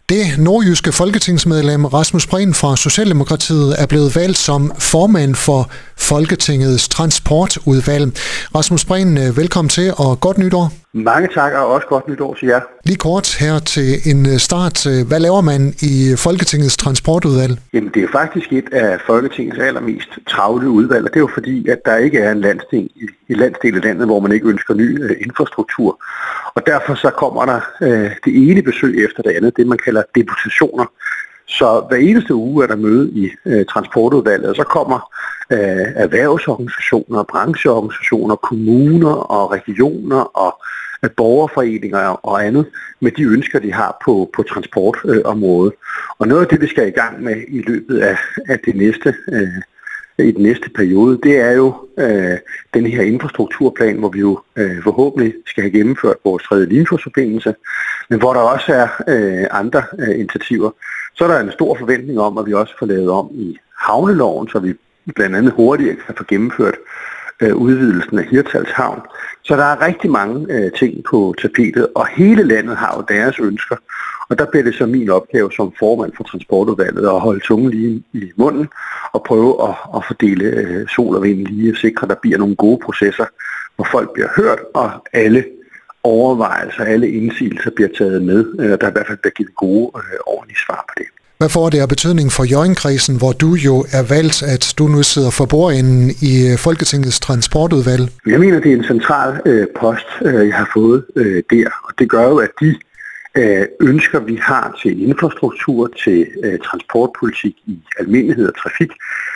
Det nordjyske folketingsmedlem Rasmus Prehn fra Socialdemokratiet er blevet valgt som formand for Folketingets transportudvalg. Rasmus Prehn, velkommen til og godt nytår. Mange tak og også godt nytår til jer. Lige kort her til en start. Hvad laver man i Folketingets transportudvalg? Jamen det er faktisk et af Folketingets allermest travle udvalg, og det er jo fordi, at der ikke er en landsdel i landet, hvor man ikke ønsker ny infrastruktur. Og derfor så kommer der det ene besøg efter det andet, det man kalder deputationer. Så hver eneste uge er der møde i transportudvalget, og så kommer erhvervsorganisationer, brancheorganisationer, kommuner og regioner og borgerforeninger og andet med de ønsker, de har på transportområdet. Og noget af det, vi skal i gang med i løbet af i den næste periode, det er jo den her infrastrukturplan, hvor vi jo forhåbentlig skal have gennemført vores 3. Limfjordsforbindelse, men hvor der også er andre initiativer. Så er der en stor forventning om, at vi også får lavet om i havneloven, så vi blandt andet hurtigere kan få gennemført udvidelsen af Hirtshals Havn. Så der er rigtig mange ting på tapetet, og hele landet har jo deres ønsker. Og der bliver det så min opgave som formand for transportudvalget at holde tungen lige i munden og prøve at fordele sol og vind lige og sikre, at der bliver nogle gode processer, hvor folk bliver hørt, og alle overvejelser, alle indsigelser bliver taget med, og der i hvert fald bliver givet gode, ordentlige svar på det. Hvad får det af betydning for Hjørring-kredsen, hvor du jo er valgt, at du nu sidder for bordenden i Folketingets transportudvalg? Jeg mener, det er en central post, jeg har fået der, og det gør jo, at de ønsker, vi har til infrastruktur, til transportpolitik i almindelighed og trafik,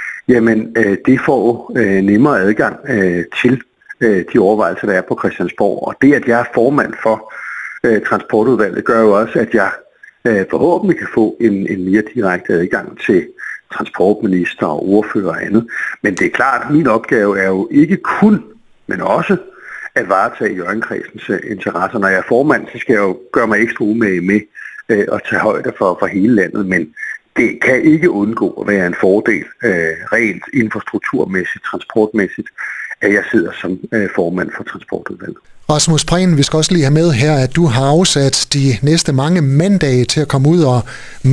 jamen det får nemmere adgang til de overvejelser, der er på Christiansborg. Og det, at jeg er formand for transportudvalget, gør jo også, at jeg forhåbentlig kan få en mere direkte adgang til transportminister og ordfører og andet. Men det er klart, at min opgave er jo ikke kun, men også at varetage Hjørring-kredsens interesser. Når jeg er formand, så skal jeg jo gøre mig ekstra umage med at tage højde for hele landet, men det kan ikke undgå at være en fordel rent infrastrukturmæssigt, transportmæssigt, at jeg sidder som formand for transportudvalget. Rasmus Prehn, vi skal også lige have med her, at du har afsat de næste mange mandage til at komme ud og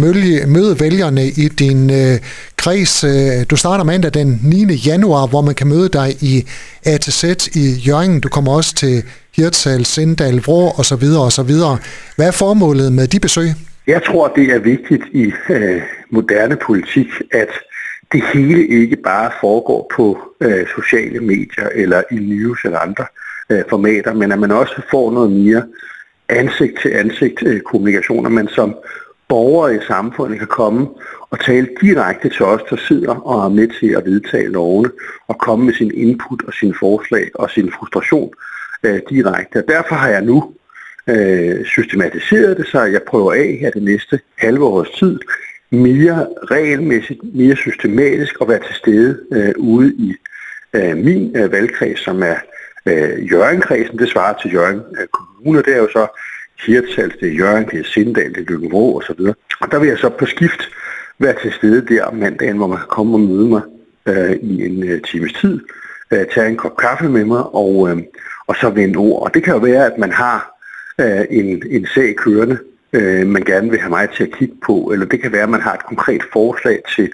møde vælgerne i din kreds. Du starter mandag den 9. januar, hvor man kan møde dig i ATZ i Hjørring. Du kommer også til Hirtshals, Sindal, Vrå osv. osv. Hvad er formålet med de besøg? Jeg tror, det er vigtigt i moderne politik, at det hele ikke bare foregår på sociale medier eller i news eller andre formater, men at man også får noget mere ansigt-til-ansigt kommunikation, at man som borgere i samfundet kan komme og tale direkte til os, der sidder og er med til at vedtage lovene, og komme med sin input og sine forslag og sin frustration direkte. Og derfor har jeg nu systematiseret det, så jeg prøver af her det næste halve års tid, mere regelmæssigt, mere systematisk at være til stede ude i min valgkreds, som er Hjørring-kredsen. Det svarer til Hjørring Kommune, det er jo så Hirtshals, det er Hjørring, det er Sindal, det er Løkken-Vrå og så videre. Og der vil jeg så på skift være til stede der om mandagen, hvor man kan komme og møde mig i en times tid, tage en kop kaffe med mig og så vende ord. Og det kan jo være, at man har en sag kørende, man gerne vil have mig til at kigge på, eller det kan være, at man har et konkret forslag til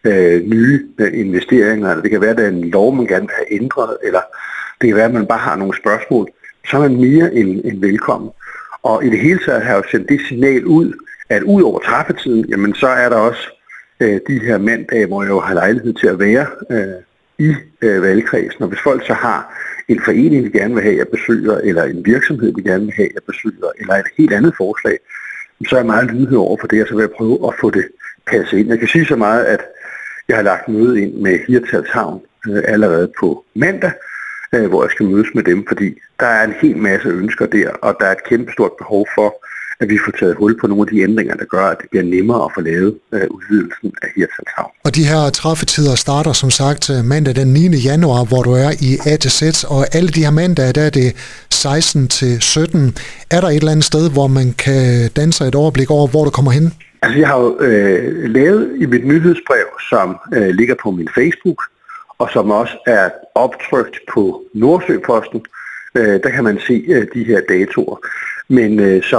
nye investeringer, eller det kan være, at der er en lov, man gerne vil have ændret, eller det kan være, at man bare har nogle spørgsmål, så er man mere end velkommen. Og i det hele taget har jeg jo sendt det signal ud, at ud over træffetiden, jamen så er der også de her mandage, hvor jeg jo har lejlighed til at være i valgkredsen. Og hvis folk så har en forening, vi gerne vil have, jeg besøger, eller en virksomhed, vi gerne vil have, jeg besøger, eller et helt andet forslag, så er jeg meget lydhør over for det, og så vil jeg prøve at få det passet ind. Jeg kan sige så meget, at jeg har lagt møde ind med Hirtshals Havn allerede på mandag, hvor jeg skal mødes med dem, fordi der er en hel masse ønsker der, og der er et kæmpestort behov for, at vi får taget hul på nogle af de ændringer, der gør, at det bliver nemmere at få lavet udvidelsen af Hirtshals Havn. Og de her træffetider starter som sagt mandag den 9. januar, hvor du er i ATZ, og alle de her mandage, der er det 16 til 17. Er der et eller andet sted, hvor man kan danse et overblik over, hvor du kommer hen? Altså jeg har jo lavet i mit nyhedsbrev, som ligger på min Facebook, og som også er optrykt på Nordsøposten, der kan man se de her datoer. Men som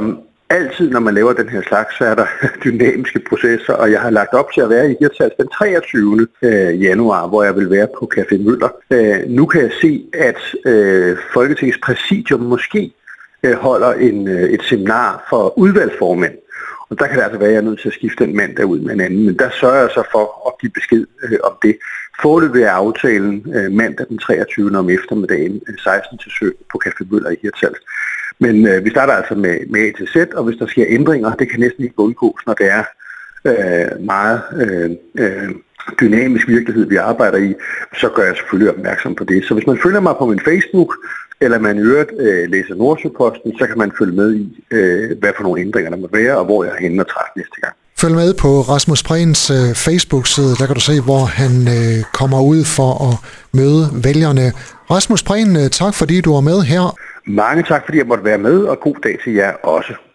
altid, når man laver den her slags, så er der dynamiske processer, og jeg har lagt op til at være i Hirtshals den 23. januar, hvor jeg vil være på Café Møller. Nu kan jeg se, at Folketingets præsidium måske holder et seminar for udvalgsformænd. Og der kan det altså være, at jeg er nødt til at skifte en mandag ud med en anden, men der sørger jeg så for at give besked om det. Foreløbig er aftalen mandag den 23. om eftermiddagen 16-17 på Café Møller i Hirtshals. Men vi starter altså med A til Z, og hvis der sker ændringer, det kan næsten ikke undgås, når det er meget dynamisk virkelighed, vi arbejder i, så gør jeg selvfølgelig opmærksom på det. Så hvis man følger mig på min Facebook, eller man i øvrigt læser Nordsjøposten, så kan man følge med i, hvad for nogle ændringer der må være, og hvor jeg er henne og træffe næste gang. Følg med på Rasmus Prehns Facebook-side, der kan du se, hvor han kommer ud for at møde vælgerne. Rasmus Prehn, tak fordi du var med her. Mange tak, fordi jeg måtte være med, og god dag til jer også.